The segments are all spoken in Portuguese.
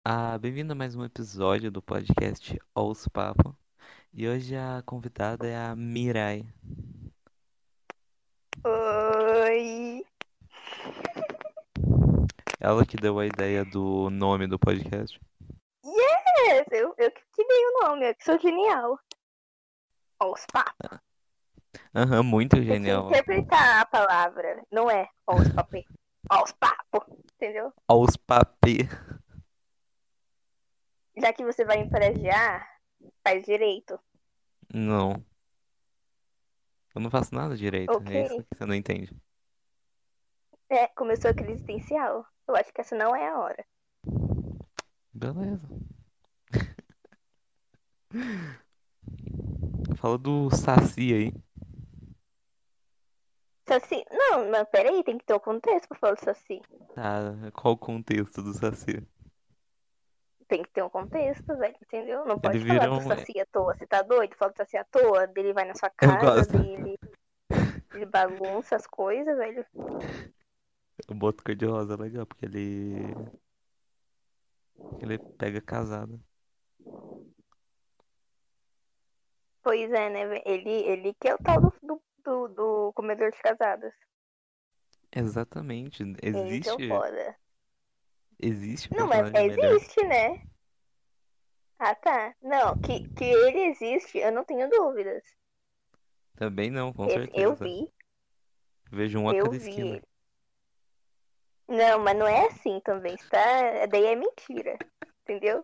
Bem-vindo a mais um episódio do podcast Os Papo. E hoje a convidada é a Mirai. Oi! Ela que deu a ideia do nome do podcast. Yes! Eu que dei o nome, eu que sou genial. Os papos. Aham, muito Tem que genial. interpretar a palavra, não é os papos. Os papos, entendeu? Os Papê. Já que você vai empregar, faz direito. Não, eu não faço nada direito. Ok? É isso que você não entende. É, começou a crise existencial. Eu acho que essa não é a hora. Beleza. Fala do Saci aí. Saci. Não, mas peraí, tem que ter um contexto pra falar do Saci. Tá, qual o contexto do Saci? Tem que ter um contexto, velho, entendeu? Não Ele pode falar vira do um. Saci à toa. Você tá doido? Fala do Saci à toa, dele vai na sua Eu casa, gosto. ele bagunça as coisas, velho. O boto cor-de-rosa é legal, porque ele pega casada. Pois é, né, velho? Ele que é o tal do comedor de casadas. Exatamente. Ele que é o foda. Existe Não, mas personagem melhor. existe, né? Ah, tá. Não, que ele existe, eu não tenho dúvidas. Também não, com Eu certeza. vi, Vejo um a eu cada vi esquina. ele. Não, mas não é assim também, está? Daí é mentira, entendeu?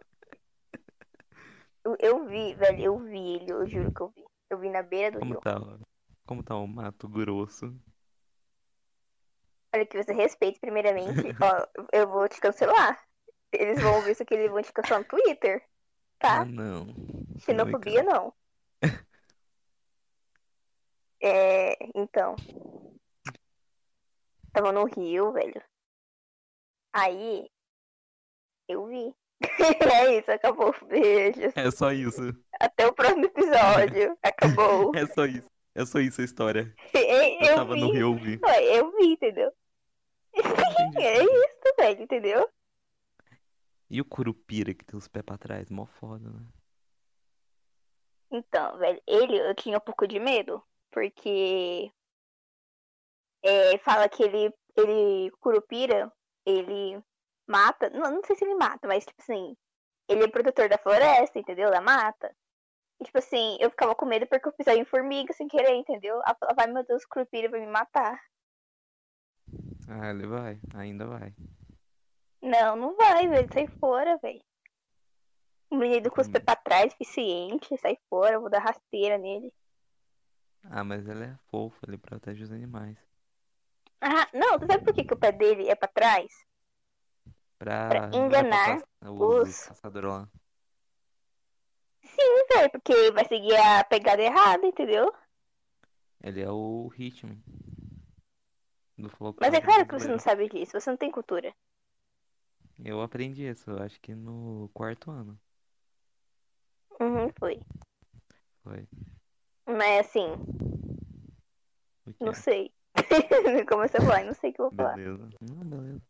Eu vi, velho, eu vi ele, eu juro que eu vi. Eu vi na beira do Como rio. tá, como tá o Mato Grosso? Olha, que você respeite primeiramente, ó, eu vou te cancelar. Eles vão ouvir isso aqui, eles vão te cancelar no Twitter, Ah, tá? não. Não me Xenofobia cansa. não. É, então, tava no Rio, velho. Aí, eu vi. É isso, acabou. Beijos. É só isso. Até o próximo episódio. Acabou. É só isso. É só isso a história. Eu Eu tava no vi. Rio, eu vi. Ué, eu vi, entendeu? Entendi, É entendi. isso, velho, entendeu? E o Curupira que tem os pés pra trás? Mó foda, né? Então, velho, eu tinha um pouco de medo. Porque fala que Curupira, ele mata. Não sei se ele mata, mas tipo assim, ele é protetor da floresta, entendeu? Da mata. E, tipo assim, eu ficava com medo porque eu pisava em formiga sem querer, entendeu? Ela falava, vai, meu Deus, Curupira vai me matar. Ah, ele vai. Ainda vai. Não, não vai, velho, sai fora, velho. O menino com os pés Hum. pra trás, eficiente, sai fora, eu vou dar rasteira nele. Ah, mas ele é fofo, ele protege os animais. Ah, não, tu sabe por que o pé dele é pra trás? Pra Não é pra enganar os os. caçadores lá. Sim, velho, porque vai seguir a pegada errada, entendeu? Ele é o ritmo do Mas é folclore claro que você não brasileiro. sabe disso, você não tem cultura. Eu aprendi isso, eu acho que no quarto ano. Uhum, foi. Foi. Mas assim, O que não é? sei. Comecei a falar, não sei o que eu vou falar. Beleza. Não, beleza.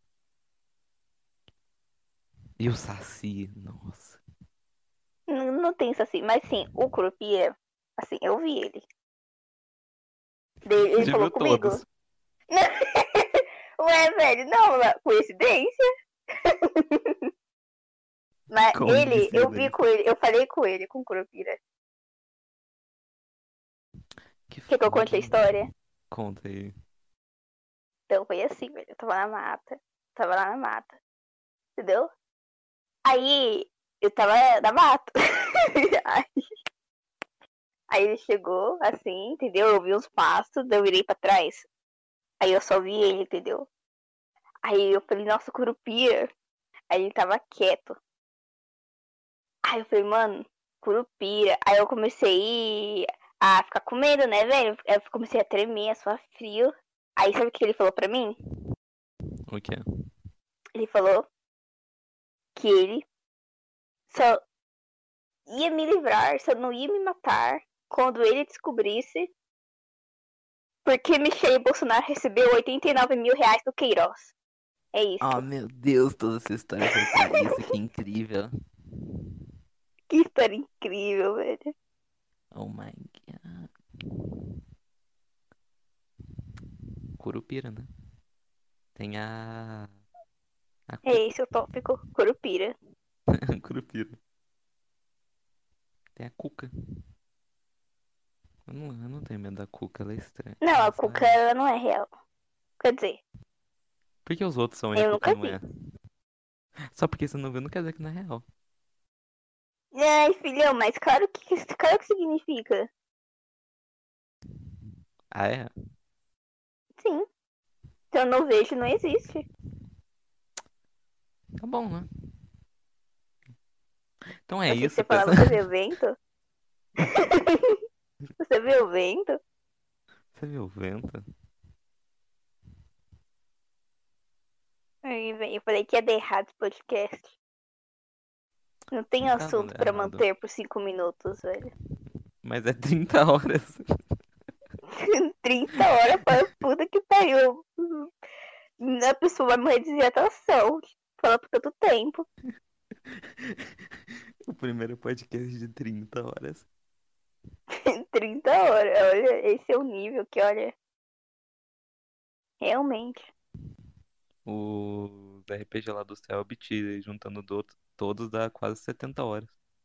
E o Saci? Nossa. Não tem isso assim, mas sim, o Curupira, assim, eu vi ele. Ele Já falou viu comigo. todos? Ué, velho, não, coincidência? Mas eu vi Coincidência. com ele, eu falei com ele, com o Curupira. Que Quer que eu conte foda, a mano. história? Conta aí. Então foi assim, velho. Eu tava na mata. Tava lá na mata. Entendeu? Aí eu tava na mata. Aí ele chegou, assim, entendeu? Eu vi uns passos, daí eu virei pra trás. Aí eu só vi ele, entendeu? Aí eu falei, nossa, Curupira. Aí ele tava quieto. Aí eu falei, mano, Curupira. Aí eu comecei a ficar com medo, né, velho? Eu comecei a tremer, a suar frio. Aí sabe o que ele falou pra mim? O que é? Ele falou que ele só ia me livrar, só não ia me matar quando ele descobrisse porque Michele Bolsonaro recebeu 89 mil reais do Queiroz. É Oh, isso. meu Deus, toda essa história foi pra isso, que incrível. Que história incrível, velho. Oh my god. Curupira, né? Tem a É Cuca. esse o tópico. Curupira. Curupira. Tem a Cuca. Eu não tenho medo da Cuca, ela é estranha. Não, Ela a só Cuca é. ela não é real. Quer dizer, Por que os outros são e a eu Cuca nunca não vi. é? Só porque você não viu, não quer dizer que não é real. Ai, filhão, mas claro que significa. Ah, é? Sim. Se eu não vejo, não existe. Tá bom, né? Então é Eu achei que isso, você falava, pensa. você vê o vento? Você vê o vento? Você viu o vento? Aí, velho, eu falei que ia dar errado esse podcast. Não tem Não tá dando assunto pra errado. manter por 5 minutos, velho. Mas é 30 horas. 30 horas para puta que pariu. A pessoa vai morrer de desidratação. Fala por tanto tempo. O primeiro podcast de 30 horas. 30 horas. Olha, esse é o nível que, olha, realmente. Os RPG lá do Cellbit, juntando todos, dá quase 70 horas.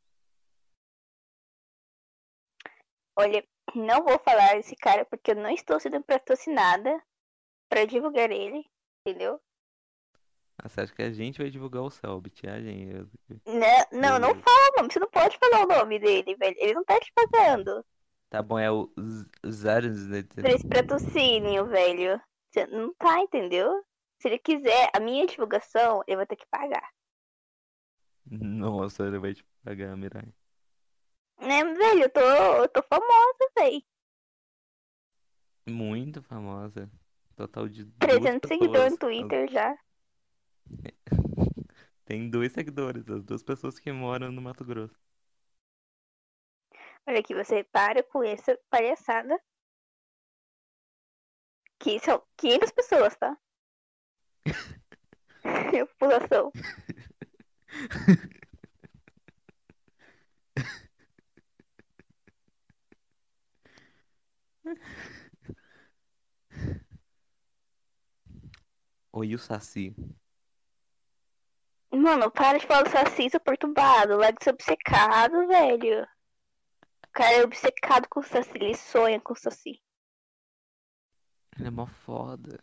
Olha, não vou falar desse cara porque eu não estou sendo patrocinada pra divulgar ele, entendeu? Ah, você acha que a gente vai divulgar o Cellbit? A gente. Não, não, não Beleza. fala o nome. Você não pode falar o nome dele, velho. Ele não tá te pagando Tá bom, é o Zarus. pra esse patrocínio, velho. Você não tá, entendeu? Se ele quiser a minha divulgação, ele vai ter que pagar. Nossa, ele vai te pagar, Mirai. Né, velho? Eu tô famosa, velho. Muito famosa. Total de duas 300 seguidores no pessoas. Twitter já. Tem dois seguidores, as duas pessoas que moram no Mato Grosso. Olha aqui, você para com essa palhaçada. Que são 500 pessoas, tá? População. Oi, o Saci. Mano, para de falar do Saci, seu perturbado. Larga de ser obcecado, velho. O cara é obcecado com o Saci. Ele sonha com o Saci. Ele é mó foda.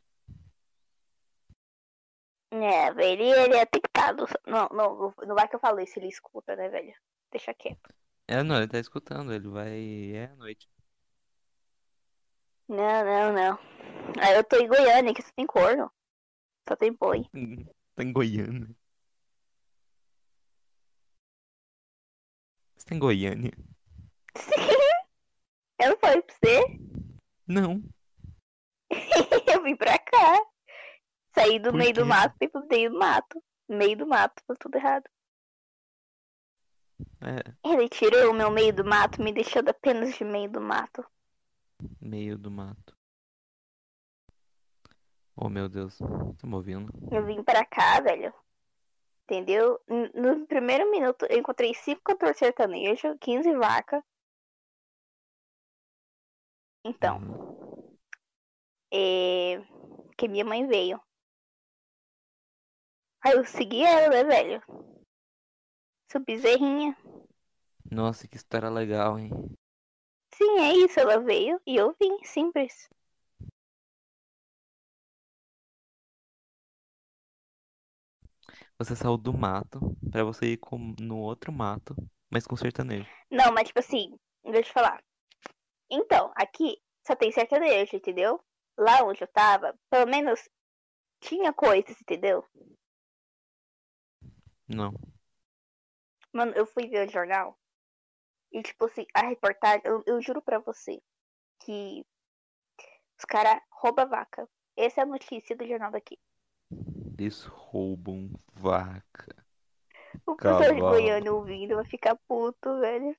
É, velho, ele é tentado. Não, não, não vai que eu falo isso, ele escuta, né, velho? Deixa quieto. É, não, ele tá escutando, ele vai. É à noite. Não, não, não. Aí eu tô em Goiânia, que só tem corno. Só tem boi. Tá em Goiânia. Você tá em Goiânia? Eu não falei pra você. Não. Eu vim pra cá. Saí do Por meio do quê? mato e pro meio do mato. Meio do mato, foi tudo errado. É, Ele tirou o meu meio do mato, me deixando apenas de meio do mato. meio do mato. Oh, meu Deus. Tá me ouvindo? Eu vim pra cá, velho. Entendeu? No primeiro minuto eu encontrei 5 cantores sertanejos, 15 vacas. Então, Uhum. que minha mãe veio. Aí eu segui ela, né, velho? Sou bezerrinha. Nossa, que história legal, hein? Sim, é isso, ela veio e eu vim, simples. Você saiu do mato pra você ir no outro mato, mas com sertanejo. Não, mas tipo assim, deixa eu te falar. Então, aqui só tem sertanejo, entendeu? Lá onde eu tava, pelo menos tinha coisas, entendeu? Não. Mano, eu fui ver o jornal e, tipo assim, a reportagem, eu juro pra você que os caras roubam vaca. Essa é a notícia do jornal daqui. Eles roubam vaca, O pessoal de cavalo, Goiânia ouvindo vai ficar puto, velho.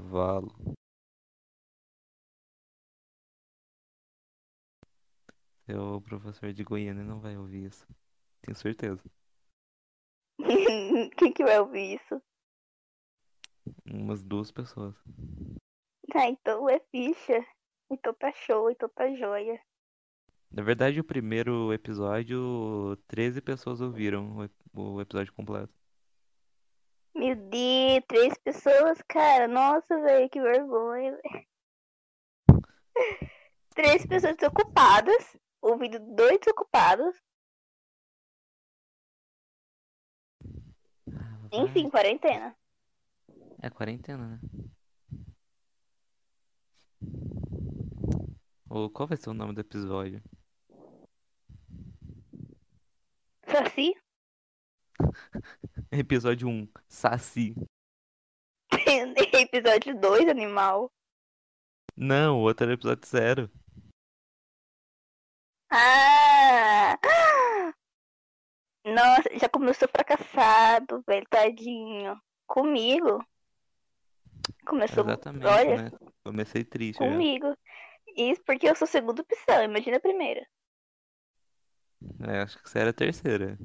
cavalo. Seu professor de Goiânia não vai ouvir isso. Tenho certeza. Quem que vai ouvir isso? Umas 2 pessoas. Ah, então é ficha. Então tá show, então tá joia. Na verdade, o primeiro episódio, 13 pessoas ouviram o episódio completo. Meu Deus, 3 pessoas, cara. Nossa, velho, que vergonha. 3 pessoas desocupadas. Ouvindo 2 desocupados. Vai. Enfim, quarentena. É quarentena, né? Qual vai ser o nome do episódio? Saci? Episódio 1, Saci. Episódio 2, animal. Não, o outro era episódio 0. Ah! Nossa, já começou fracassado, velho, tadinho. Comigo. Começou, Exatamente, olha, né? Comecei triste já. comigo. Isso porque eu sou segunda opção, imagina a primeira. É, acho que você era a terceira.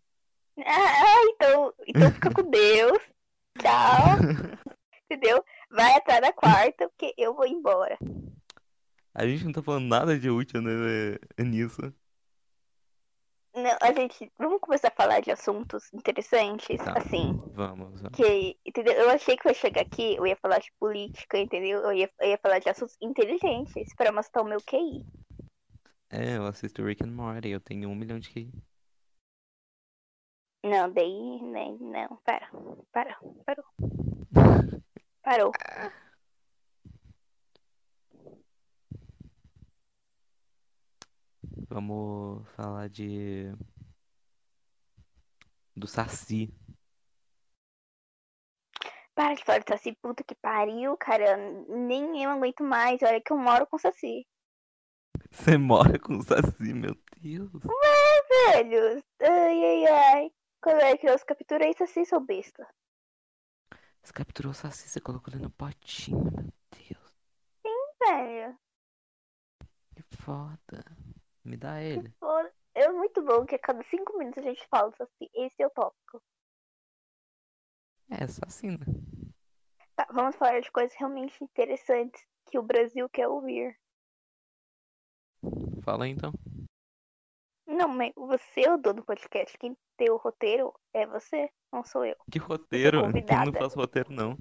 Então fica com Deus. Tchau, entendeu? Vai atrás da quarta, porque eu vou embora. A gente não tá falando nada de útil, né, nisso. Não, vamos começar a falar de assuntos interessantes, Tá, assim, vamos. entendeu? Eu achei que eu ia chegar aqui, eu ia falar de política, entendeu? Eu ia falar de assuntos inteligentes para mostrar o meu QI. É, eu assisto Rick and Morty, eu tenho 1 milhão de QI. Não, daí, né, não, parou. Vamos falar do Saci. Para de falar de Saci, puta que pariu, cara, nem eu aguento mais, olha que eu moro com Saci. Você mora com o Saci, meu Deus. Velhos, ai, quando eu era criança, capturei Saci, seu besta. Você capturou o Saci, você colocou ele no potinho, meu Deus. Velho, Que foda. Me dá que ele. foda. É muito bom que a cada 5 minutos a gente fala do Saci, esse é o tópico. É, Saci, né? Tá, vamos falar de coisas realmente interessantes que o Brasil quer ouvir. Fala aí, então. Não, mas você é o dono do podcast. Quem tem o roteiro é você, não sou eu. Que Eu sou roteiro? Eu não convidada. faço roteiro, não.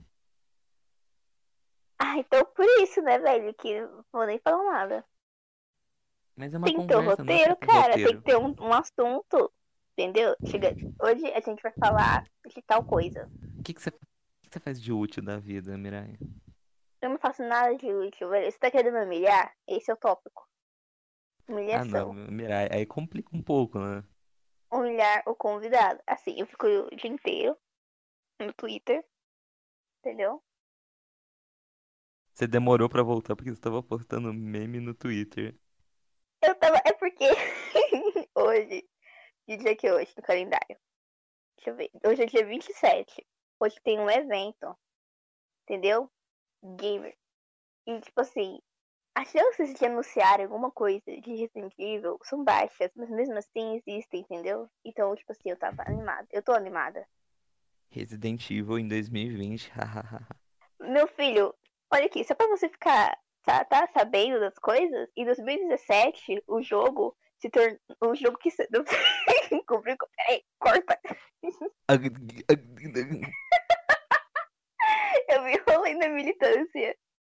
Ah, então por isso, né, velho? Que não vou nem falar nada. Mas é uma Tem que ter o conversa, não é pra roteiro, ter cara. Tem roteiro. que ter um assunto. Entendeu? Hoje a gente vai falar de tal coisa. O que você faz de útil da vida, Mirai? Eu não faço nada de útil, velho. Você tá querendo me humilhar? Esse é o tópico. Ah, não, Humilhação. Mirai, aí complica um pouco, né? Humilhar o convidado. Assim, eu fico o dia inteiro no Twitter. Entendeu? Você demorou pra voltar porque você tava postando meme no Twitter. Eu tava. É porque hoje. Que dia que é hoje no calendário? Deixa eu ver. Hoje é dia 27. Hoje tem um evento. Entendeu? Gamer. E tipo assim, as chances de anunciar alguma coisa de Resident Evil são baixas, mas mesmo assim existem, entendeu? Então, tipo assim, eu tava animada. Eu tô animada. Resident Evil em 2020, hahaha. Meu filho, olha aqui, só pra você ficar, tá sabendo das coisas, em 2017, o jogo se tornou. O jogo que. Peraí, corta. Eu me enrolei na militância.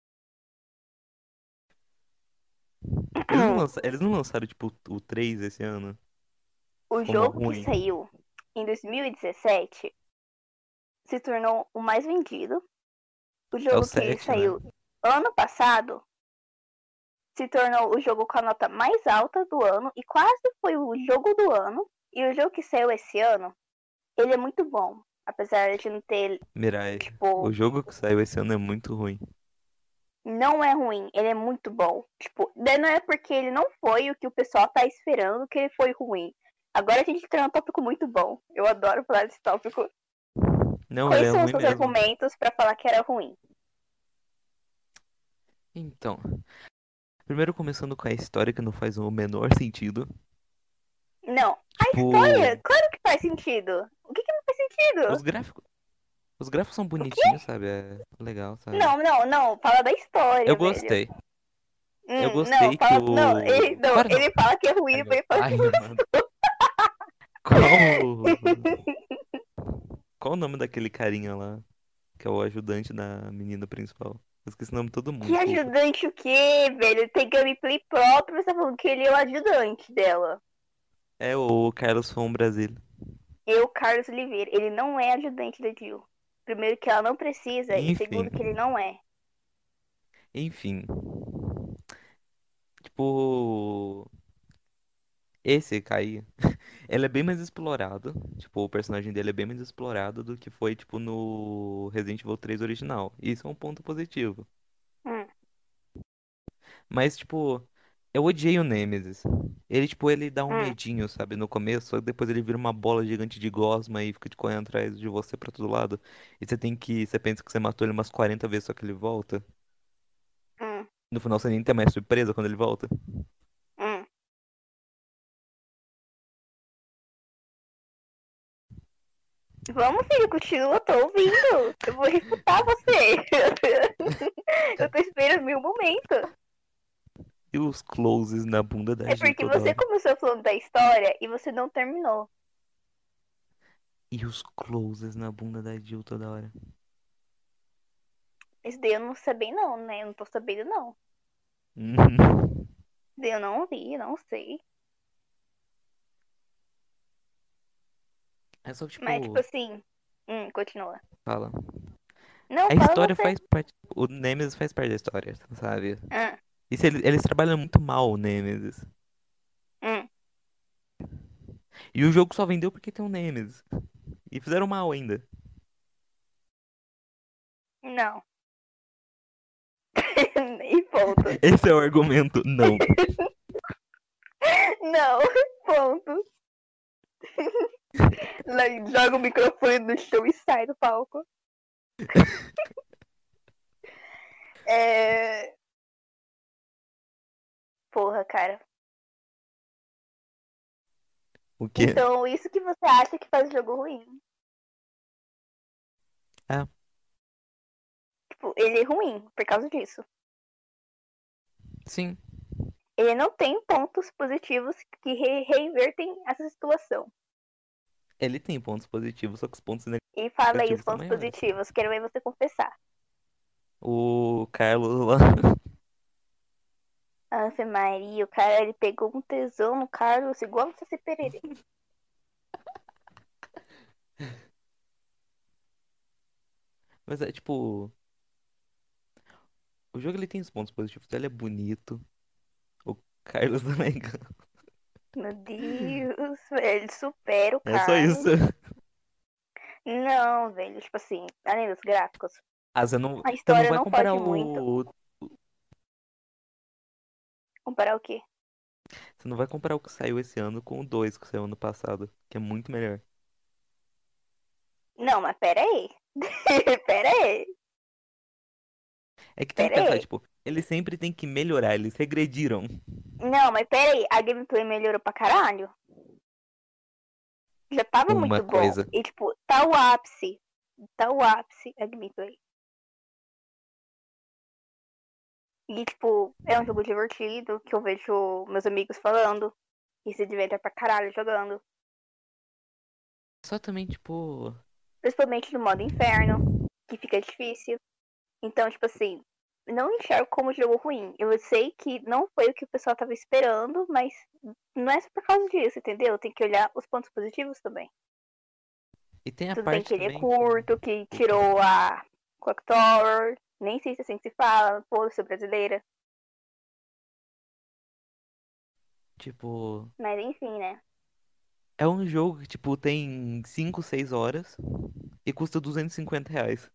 Eles não lançaram, tipo, o 3 esse ano? O Como jogo que ruim. saiu em 2017 se tornou o mais vendido. O É o jogo que 7, né? saiu ano passado se tornou o jogo com a nota mais alta do ano e quase foi o jogo do ano. E o jogo que saiu esse ano, ele é muito bom. Apesar de não ter, Mirai, o tipo, jogo que saiu esse ano é muito ruim. não é ruim, ele é muito bom. Tipo, daí não é porque ele não foi o que o pessoal tá esperando que ele foi ruim. Agora a gente tem um tópico muito bom. Eu adoro falar desse tópico. Não, ele Quais é são os ruim seus mesmo. argumentos pra falar que era ruim? Então, Primeiro começando com a história que não faz o menor sentido. Não. A Tipo, história, claro que faz sentido. O que não faz os sentido? gráficos, os gráficos são O quê? bonitinhos, sabe? É legal, sabe? Não, não, não. Fala da Eu história, velho. gostei. Eu Não, gostei que fala. Não, o. não, Qual era o ele fala que é ruim, Ai, depois meu ele fala que pai, amado. Qual. Qual o nome daquele carinha lá? Que é o ajudante da menina principal. Eu esqueci o nome de todo mundo, que desculpa. ajudante o quê, velho? Tem gameplay próprio, você tá falando que ele é o ajudante dela. É o Carlos From Brasil. Eu, Carlos Oliveira, ele não é ajudante da Jill. Primeiro que ela não precisa e Enfim, segundo que ele não é. enfim. Tipo, esse Kai, ele é bem mais explorado. Tipo, o personagem dele é bem mais explorado do que foi, tipo, no Resident Evil 3 original. Isso é um ponto positivo. Hum, Mas, tipo, eu odiei o Nemesis. Ele, tipo, ele dá um hum, medinho, sabe, no começo, só que depois ele vira uma bola gigante de gosma e fica te correndo atrás de você pra todo lado. E você pensa que você matou ele umas 40 vezes, só que ele volta. hum, No final você nem tem mais surpresa quando ele volta. hum. Vamos, filho, continua, tô ouvindo. Eu vou refutar você. Eu tô esperando meu momento. E os closes na bunda da É Jill porque toda você hora. começou falando da história e você não terminou. E os closes na bunda da Jill toda hora. Isso daí eu não sabia não, né? Eu não tô sabendo não. Uhum. Isso daí eu não vi, não sei. É só que, Mas, tipo tipo, assim. Continua. fala. Não, A fala história você. faz parte. O Nemesis faz parte da história, sabe? Hum, E se eles trabalham muito mal o Nemesis. hum. E o jogo só vendeu porque tem um Nemesis. E fizeram mal ainda. Não. E ponto. Esse é o argumento. Não. Não, ponto. Joga o microfone no chão e sai do palco. É... Porra, cara. O quê? Então, isso que você acha que faz o jogo ruim. Ah, Tipo, ele é ruim por causa disso. sim. Ele não tem pontos positivos que reinvertem essa situação. Ele tem pontos positivos, só que os pontos E fala aí os negativos são pontos maiores. positivos. Quero ver você confessar. O Carlos lá. Ave Maria, o cara ele pegou um tesão no Carlos igual o Saci Pererê. Mas é tipo. O jogo ele tem os pontos positivos. Ele é bonito. O Carlos é legal. Meu Deus, velho, ele supera o É só Carlos. isso. Não, velho, tipo assim, além dos gráficos, Ah, a você não história vai não comparar foge muito. o. Comparar o quê? Você não vai comparar o que saiu esse ano com o 2 que saiu ano passado, que é muito melhor. Não, mas pera aí. Pera aí. É que tem que Pera pensar, aí. tipo, eles sempre têm que melhorar, eles regrediram. Não, mas pera aí. A gameplay melhorou pra caralho? Já tava Uma muito bom. coisa. E, tipo, tá o ápice. Tá o ápice a gameplay. E, tipo, é um jogo divertido, que eu vejo meus amigos falando. E se divertem pra caralho jogando. Só também, tipo. Principalmente no modo inferno, que fica difícil. Então, tipo assim, não enxergo como jogo ruim. Eu sei que não foi o que o pessoal tava esperando, mas não é só por causa disso, entendeu? Tem que olhar os pontos positivos também. E tem a Tudo bem parte que ele é também que. curto, que Desculpa. tirou a Clock Tower. Nem sei se é assim que se fala, pô, eu sou brasileira. Tipo. Mas enfim, né? É um jogo que, tipo, tem 5 6 horas e custa R$ 250.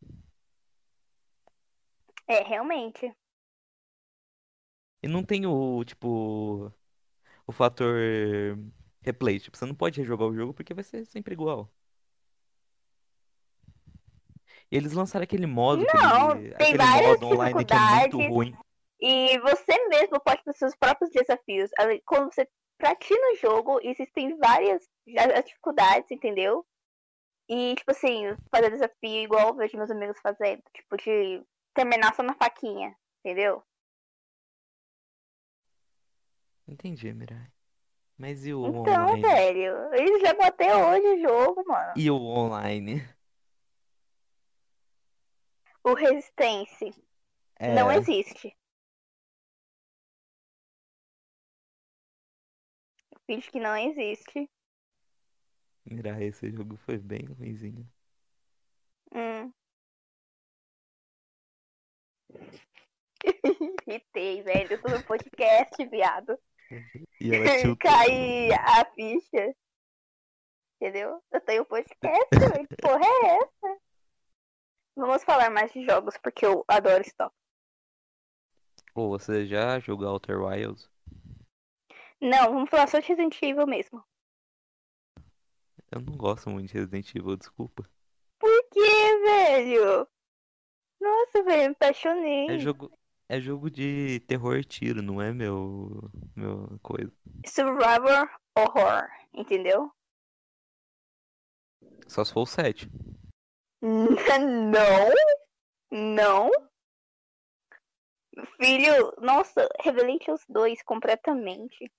É, realmente. E não tem o, tipo, o fator replay. Tipo, você não pode rejogar o jogo porque vai ser sempre igual. E eles lançaram aquele modo, Não, tem aquele várias modo online que é muito dificuldades. ruim. E você mesmo pode fazer seus próprios desafios. Quando você pratica o jogo, existem várias dificuldades, entendeu? E, tipo assim, fazer desafio igual eu vejo meus amigos fazendo. Tipo, de terminar só na faquinha, entendeu? Entendi, Mirai. Mas e o Então, online? velho, eles jogam até hoje o jogo, mano. E o online? O Resistance não É, existe. Finge que não existe. Mirai, esse jogo foi bem ruimzinho. Hum. Irritei, velho. Eu tô no podcast, viado. E ela tiltou. Cai a ficha. Entendeu? Eu tenho podcast, velho. Que porra é essa? Vamos falar mais de jogos, porque eu adoro stop. Pô, você já jogou Outer Wilds? Não, vamos falar só de Resident Evil mesmo. Eu não gosto muito de Resident Evil, desculpa. Por que, velho? Nossa, velho, me É apaixonei. jogo, é jogo de terror e tiro, não é meu coisa. Survivor Horror, entendeu? Só se for o 7. Não, não. Filho, nossa, Revelations 2 completamente.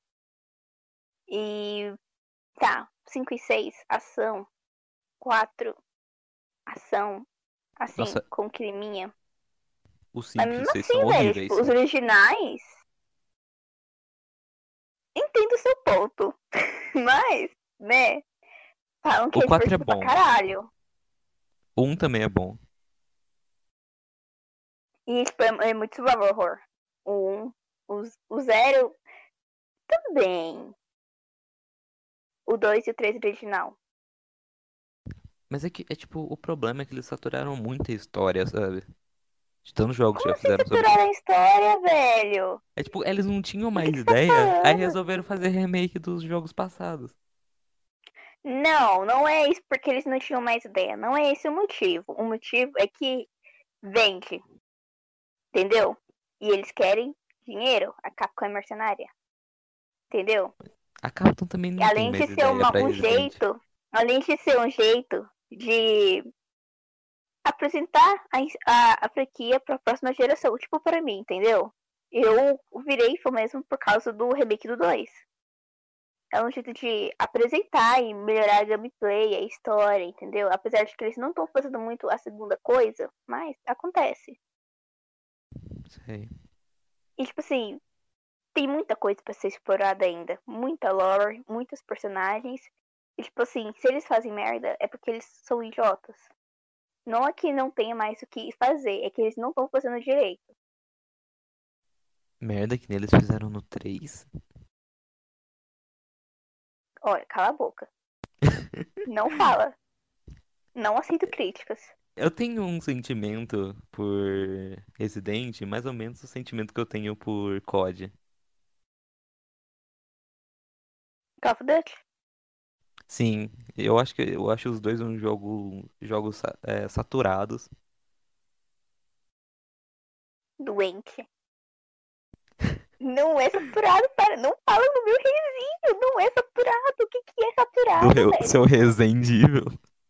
E tá, 5 e 6, ação. 4, ação. Assim, Nossa, com climinha. os Mas 5 e o mesmo 6 são assim, velho, horríveis. tipo, os originais. Entendo o seu ponto. Mas, né? Falam que O é 4 é divertido pra bom. caralho. O 1 também é bom. E, tipo, é muito survival horror. O 1, o 0 também. O 2 e o 3 original. Mas é que, é tipo, o problema é que eles saturaram muita história, sabe? De tantos jogos que Como já assim fizeram sobre isso. saturaram a história, velho? É tipo, eles não tinham Do que mais você tá ideia, aí falando? resolveram fazer remake dos jogos passados. Não, não é isso porque eles não tinham mais ideia. Não é esse o motivo. O motivo é que vende, entendeu? E eles querem dinheiro. A Capcom é mercenária, entendeu? A Capcom também não tem Além de mais ser ideia pra um Resident. jeito, além de ser um jeito de apresentar a franquia para a próxima geração, tipo para mim, entendeu? Eu virei fã mesmo por causa do remake do 2. É um jeito de apresentar e melhorar a gameplay, a história, entendeu? Apesar de que eles não estão fazendo muito a segunda coisa, mas acontece. Sei. E tipo assim, tem muita coisa para ser explorada ainda, muita lore, muitos personagens. E tipo assim, se eles fazem merda, é porque eles são idiotas. Não é que não tenha mais o que fazer, é que eles não estão fazendo direito. Merda que neles fizeram no 3. Olha, cala a boca. Não fala. Não aceito críticas. Eu tenho um sentimento por Resident, mais ou menos o sentimento que eu tenho por COD. Call of Duty? Sim, eu acho os dois jogos saturados. Doente. Não é saturado, para. Não fala no meu reizinho. Não é saturado. O que é saturado, Seu velho? Resident Evil.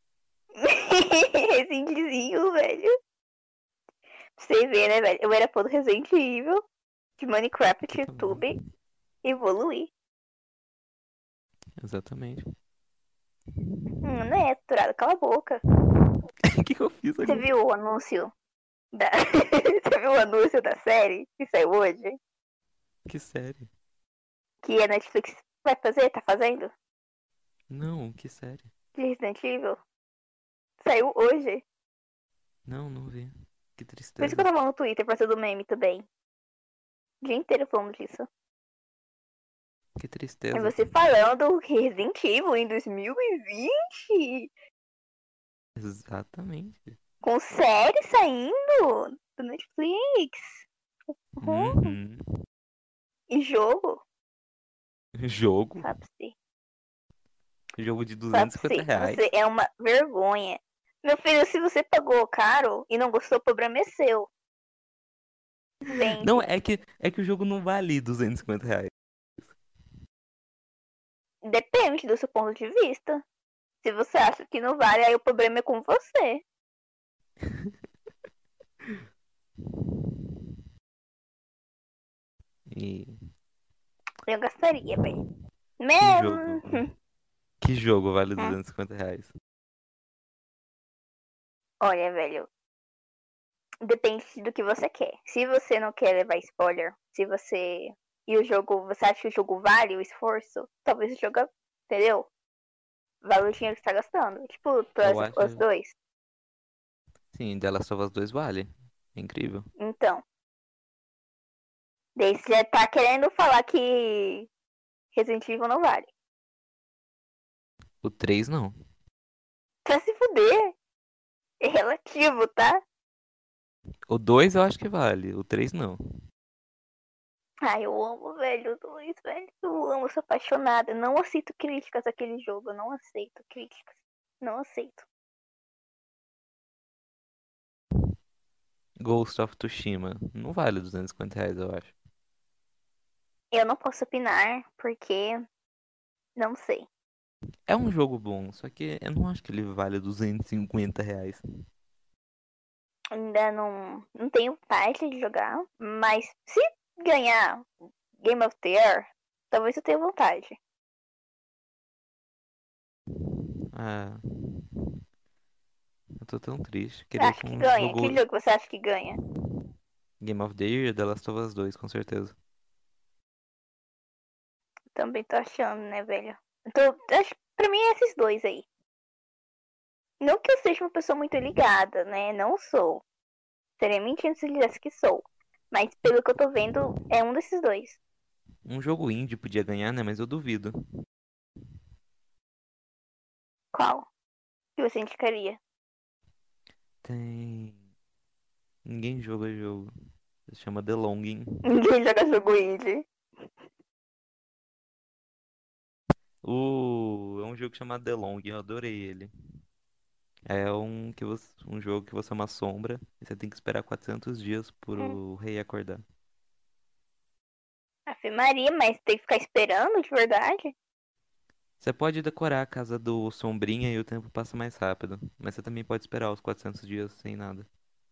Residzinho, velho. Pra você ver, né, velho? Eu era fã do Resident Evil, de Minecraft, YouTube, evoluí. Exatamente. Não é saturado, cala a boca. O que que eu fiz Você agora? viu o anúncio da. Você viu o anúncio da série que saiu hoje? Que série? Que a Netflix vai fazer, tá fazendo? Não, que série? De Resident Evil? Saiu hoje. Não, não vi. Que Por isso que eu tristeza. tava no Twitter fazendo meme também. O dia inteiro falando disso. Que É tristeza. você falando Resident Evil em 2020? Exatamente. Com série saindo do Netflix. Uhum. Uhum. E jogo? Jogo. Sabe se? Jogo de Sabe 250 se? Você reais. é uma vergonha. Meu filho, se você pagou caro e não gostou, o problema é seu. Não, Depende. é que o jogo não vale R$ 250. Depende do seu ponto de vista. Se você acha que não vale, aí o problema é com você. E Eu gastaria, velho. que jogo? Mesmo. Que jogo vale R$ 250? Olha, velho. Depende do que você quer. Se você não quer levar spoiler, se você. E o jogo. Você acha que o jogo vale o esforço? Talvez o jogo. Entendeu? Vale o dinheiro que você tá gastando. Tipo, Eu os acho. dois. Sim, The Last of Us 2 vale. É incrível. Então. Daí você já tá querendo falar que Resident Evil não vale. O 3 não. Pra se fuder. É relativo, tá? O 2 eu acho que vale. O 3 não. Ai, eu amo, velho, o 2, velho. Eu amo, sou apaixonada. Não aceito críticas àquele jogo. Eu não aceito críticas. Não aceito. Ghost of Tsushima. Não vale R$ 250, eu acho. Eu não posso opinar porque não sei. É um jogo bom, só que eu não acho que ele vale R$ 250. Ainda não tenho vontade de jogar, mas se ganhar Game of the Year, talvez eu tenha vontade. Ah, eu tô tão triste. Queria Acho que que um ganha. Que jogo jogo você acha que ganha? Game of the Year, The Last of Us 2, com certeza. Também tô achando, né, velho? Então, acho, pra mim é esses dois aí. Não que eu seja uma pessoa muito ligada, né? Não sou. Seria mentindo se eu dissesse que sou. Mas pelo que eu tô vendo, é um desses dois. Um jogo indie podia ganhar, né? Mas eu duvido. Qual? Que você indicaria? Tem. Ninguém joga jogo. Se chama The Longing. Ninguém joga jogo indie. É um jogo chamado The Long, eu adorei ele. É um jogo que você é uma sombra e você tem que esperar 400 dias Hum. pro rei acordar. Ave Maria, mas tem que ficar esperando de verdade? Você pode decorar a casa do Sombrinha e o tempo passa mais rápido, mas você também pode esperar os 400 dias sem nada.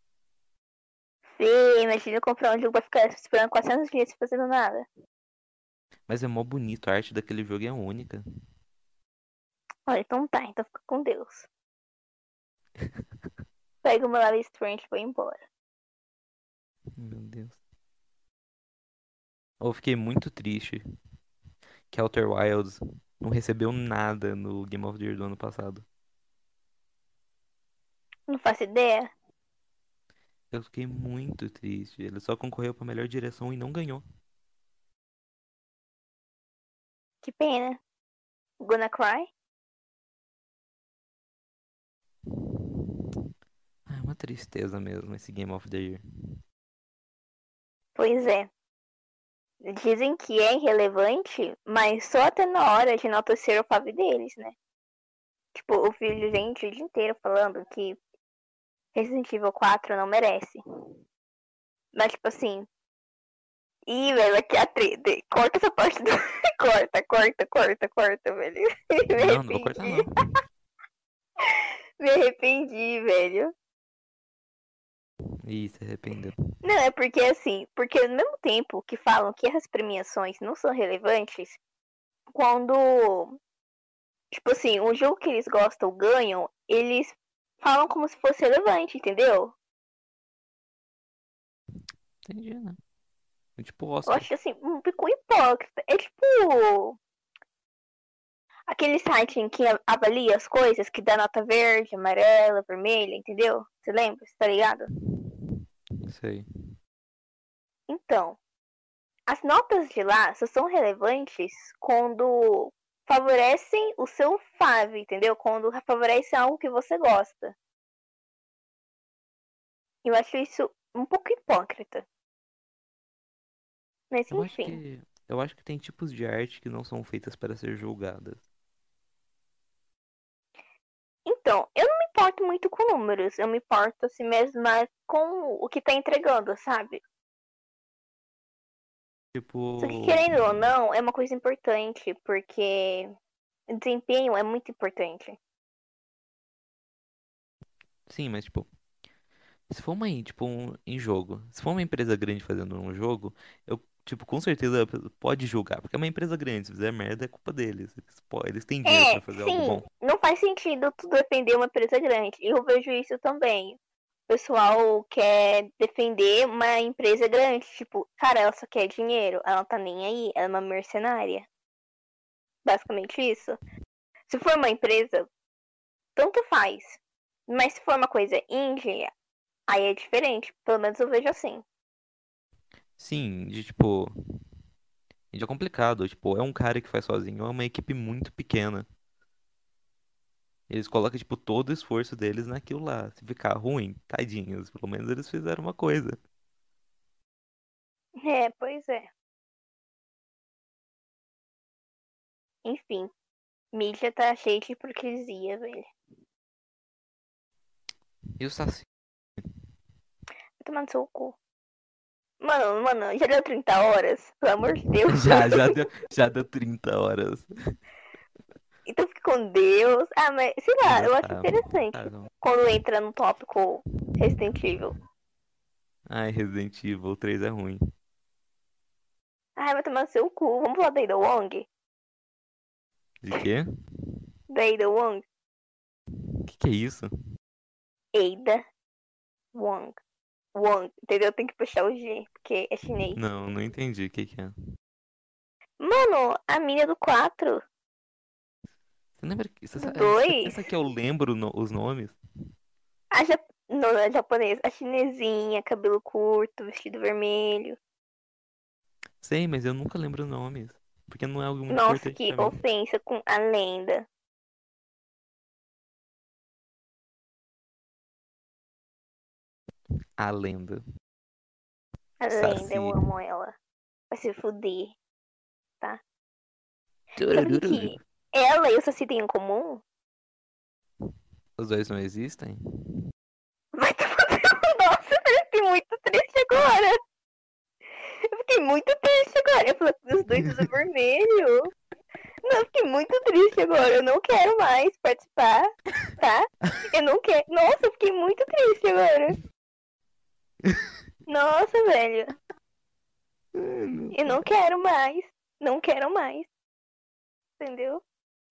Sim, imagina eu comprar um jogo pra ficar esperando 400 dias fazendo nada. Mas é mó bonito, a arte daquele jogo é única. Olha, então tá, então fica com Deus. Pega o meu Life Strange e vou embora. Meu Deus. Eu fiquei muito triste que Outer Wilds não recebeu nada no Game of the Year do ano passado. Não faço ideia. Eu fiquei muito triste. Ele só concorreu pra melhor direção e não ganhou. Que pena. Gonna cry? Ah, é uma tristeza mesmo esse Game of the Year. Pois é. Dizem que é irrelevante, mas só até na hora de enaltecer o fave deles, né? Tipo, eu vi gente o dia inteiro falando que Resident Evil 4 não merece. Mas, tipo assim. Ih, velho, aqui a treta. Corta essa parte do. corta, velho. Me Não, não vou cortar arrependi. não. Me arrependi, velho. Ih, se arrependeu. Não, é porque assim, porque ao mesmo tempo que falam que essas premiações não são relevantes, quando, tipo assim, um jogo que eles gostam ganham, eles falam como se fosse relevante, entendeu? Entendi, né? É tipo Eu Oscar. acho assim, um pouco hipócrita. É tipo aquele site em que avalia as coisas, que dá nota verde, amarela, vermelha, entendeu? Você lembra? Você tá ligado? Sei. Então, as notas de lá só são relevantes quando favorecem o seu fave, entendeu? Quando favorece algo que você gosta. Eu acho isso um pouco hipócrita. Mas Eu acho enfim. que eu acho que tem tipos de arte que não são feitas para ser julgadas. Então, eu não me importo muito com números. Eu me importo assim mesmo mais com o que tá entregando, sabe? Só que Tipo, querendo ou não, é uma coisa importante, porque desempenho é muito importante. sim, mas tipo, se for tipo, em jogo, se for uma empresa grande fazendo um jogo, eu, tipo, com certeza pode julgar, porque é uma empresa grande, se fizer merda é culpa deles. Eles têm dinheiro pra É, fazer algo sim, bom. não faz sentido tu defender uma empresa grande. Eu vejo isso também. O pessoal quer defender uma empresa grande, tipo, cara, ela só quer dinheiro, ela não tá nem aí, ela é uma mercenária. Basicamente isso. Se for uma empresa, tanto faz. Mas se for uma coisa indie, aí é diferente. Pelo menos eu vejo assim. Sim, de tipo, é complicado, tipo, é um cara que faz sozinho, é uma equipe muito pequena. Eles colocam, tipo, todo o esforço deles naquilo lá. Se ficar ruim, tadinhos, pelo menos eles fizeram uma coisa. É, pois é. Enfim, mídia tá cheia de hipocrisia, velho. E o Saci? Vai tomar no seu cu. Mano, já deu 30 horas? Pelo amor de Deus. Já deu 30 horas. Então fica com Deus. Ah, mas sei lá, Já eu acho tá. interessante Tá, não. quando entra no tópico Resident Evil. Ai, Resident Evil 3 é ruim. Ai, vai tomar no seu cu. Vamos falar da Ada Wong? De quê? Da Ada Wong? Que é isso? Ada Wong. Wong, entendeu? Tem que puxar o G, porque é chinês. Não, não entendi o que é. Mano, a mina do 4, Você lembra do você 2, pensa que eu lembro os nomes? a não, a japonesa, a chinesinha, cabelo curto, vestido vermelho. Sei, mas eu nunca lembro os nomes. Porque não é algo muito Nossa, importante que pra mim. ofensa com a lenda. A lenda. A lenda, eu Saci. amo ela. Vai se fuder, tá? Sabe Turururu. que ela e o Saci têm em comum? Os dois não existem? Vai te fuder. Nossa, eu fiquei muito triste agora. Eu fiquei muito triste agora. Eu falei que os dois usam vermelho. Não, eu fiquei muito triste agora. Eu não quero mais participar, tá? Eu não quero. Nossa, eu fiquei muito triste agora. Nossa, velho. Ai, meu Eu não pai. quero mais. Não quero mais. Entendeu?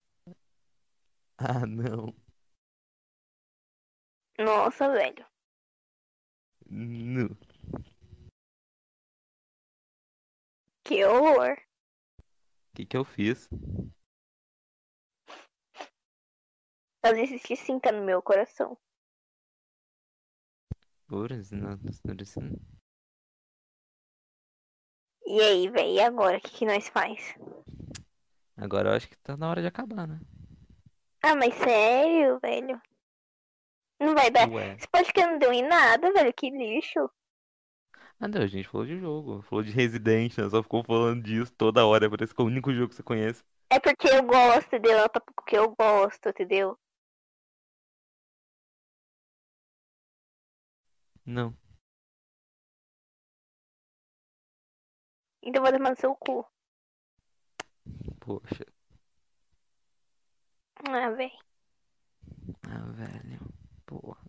Ah, não. Nossa, velho. Não. Que horror. Que eu fiz? Ela existe sim, tá no meu coração. Puras, não, E aí, velho? E agora? O que nós faz? agora eu acho que tá na hora de acabar, né? Ah, mas sério, velho? Não vai dar. Ué. Você pode que não deu em nada, velho. Que lixo. Ah, não, a gente falou de jogo. Falou de Resident, né? Só ficou falando disso toda hora. Parece que é o único jogo que você conhece. É porque eu gosto dela, tá? Porque eu gosto, entendeu? Não. Então eu vou tomar no seu cu. Poxa. Ah, velho. Ah, velho. Porra.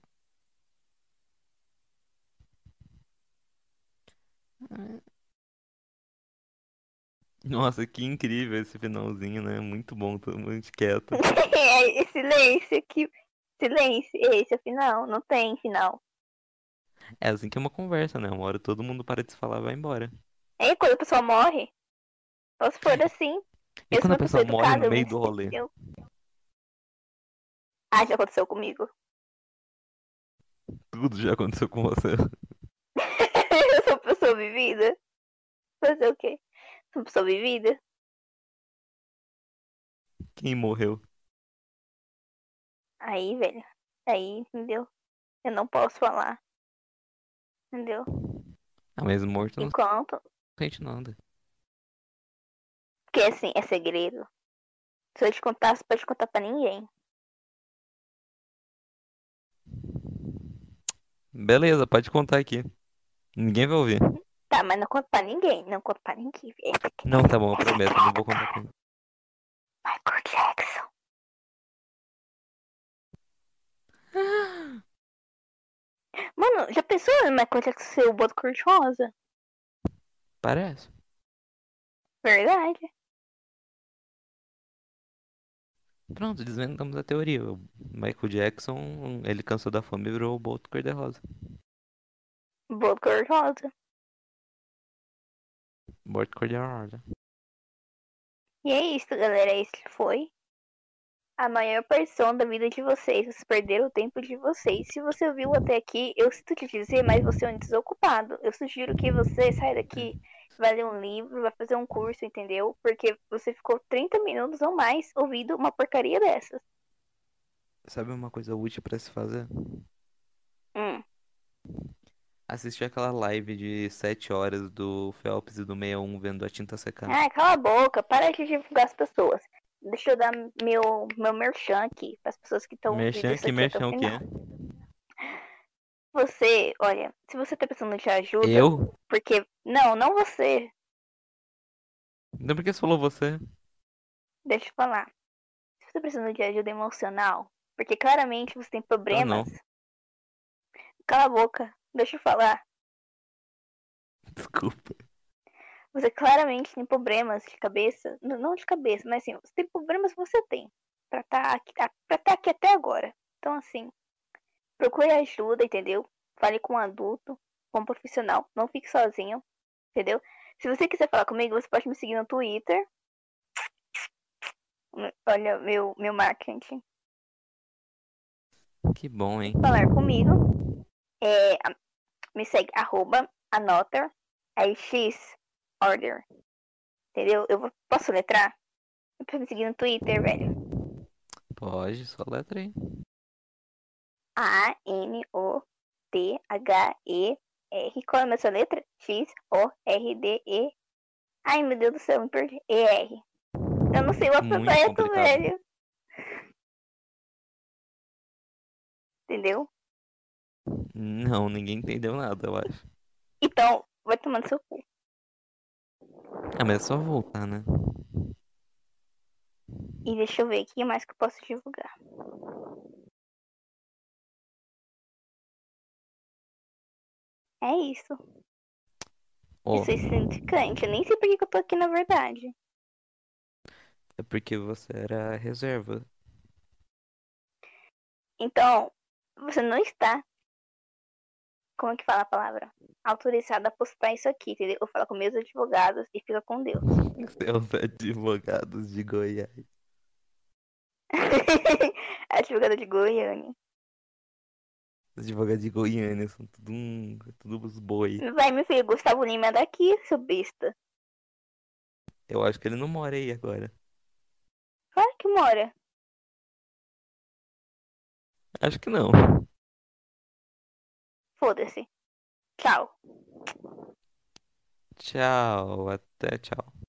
Nossa, que incrível esse finalzinho, né? Muito bom, todo mundo quieto. Silêncio aqui. Silêncio. Esse é o final. Não tem final. É assim que é uma conversa, né? Uma hora todo mundo para de se falar e vai embora. É quando a pessoa morre. Ou se for assim. E Eu sou quando a uma pessoa pessoa morre no educada, eu me meio do rolê? distanciou. Ah, já aconteceu comigo. Tudo já aconteceu com você. Eu sou uma pessoa vivida. Fazer o quê? Sou uma pessoa vivida. Quem morreu? Aí, velho. Aí, entendeu? Eu não posso falar. Entendeu? Ah, mas morto não Enquanto. sente nada. Porque assim, é segredo. Se eu te contar, você pode contar pra ninguém. Beleza, pode contar aqui. Ninguém vai ouvir. Tá Tá, mas não conta pra ninguém. Não conta pra ninguém. Não, tá bom, eu prometo, não vou contar pra ninguém. Michael Jackson. Mano, já pensou no Michael Jackson ser o boto cor-de-rosa? Parece. Verdade. Pronto, desvendamos a teoria. O Michael Jackson, ele cansou da fama e virou o Boto Cor-de-Rosa. Boto cor-de-rosa. Boto Cor-de-Rosa. E é isso, galera. Esse foi a maior porção da vida de vocês. Vocês perderam o tempo de vocês. Se você ouviu até aqui, eu sinto te dizer, mas você é um desocupado. Eu sugiro que você saia daqui, vai ler um livro, vai fazer um curso, entendeu? Porque você ficou 30 minutos ou mais ouvindo uma porcaria dessas. Sabe uma coisa útil pra se fazer? Hum. Assistir aquela live de 7 horas do Phelps e do 61 vendo a tinta secar. Ah, cala a boca. Para de divulgar as pessoas. Deixa eu dar meu merchan aqui para as pessoas que estão ouvindo Merchan? isso Que aqui até o merchan o quê? final. Você, olha, se você tá precisando de ajuda, Eu? porque. Não você. Então por que você falou você? Deixa eu falar. Se você tá precisando de ajuda emocional, porque claramente você tem Tô não. problemas. Cala a boca. Deixa eu falar. Desculpa. Você claramente tem problemas de cabeça. Não de cabeça, mas assim, você tem problemas que você tem. Pra tá aqui até agora. Então, assim, procure ajuda, entendeu? Fale com um adulto, com um profissional. Não fique sozinho, entendeu? Se você quiser falar comigo, você pode me seguir no Twitter. Olha, meu marketing. Que bom, hein? Falar comigo. Me segue, @anoter. Aí X order. Entendeu? Posso letrar? Eu preciso me seguir no Twitter, velho. Pode, só letra aí. ANOTHER. Qual é a minha letra? XORDE. Ai, meu Deus do céu, me perdi. ER. Eu não sei o Muito alfabeto, complicado. velho. Entendeu? Não, ninguém entendeu nada, eu acho. Então, vai tomando seu cu. Ah, mas é só voltar, né? E deixa eu ver aqui o mais que eu posso divulgar. É isso. Ó, Isso é insignificante. Eu nem sei por que eu tô aqui na verdade. é porque você era reserva. Então, você não está, como é que fala a palavra? Autorizado a postar isso aqui, entendeu? Eu falo com meus advogados e fica com Deus. Seus advogados de Goiás. Advogada de Goiânia. Os advogados de Goiânia são tudo os boi. Vai, meu filho, Gustavo Lima é daqui, seu besta. Eu acho que ele não mora aí agora. Claro que mora. Acho que não. Foda-se. Tchau. Tchau, até tchau.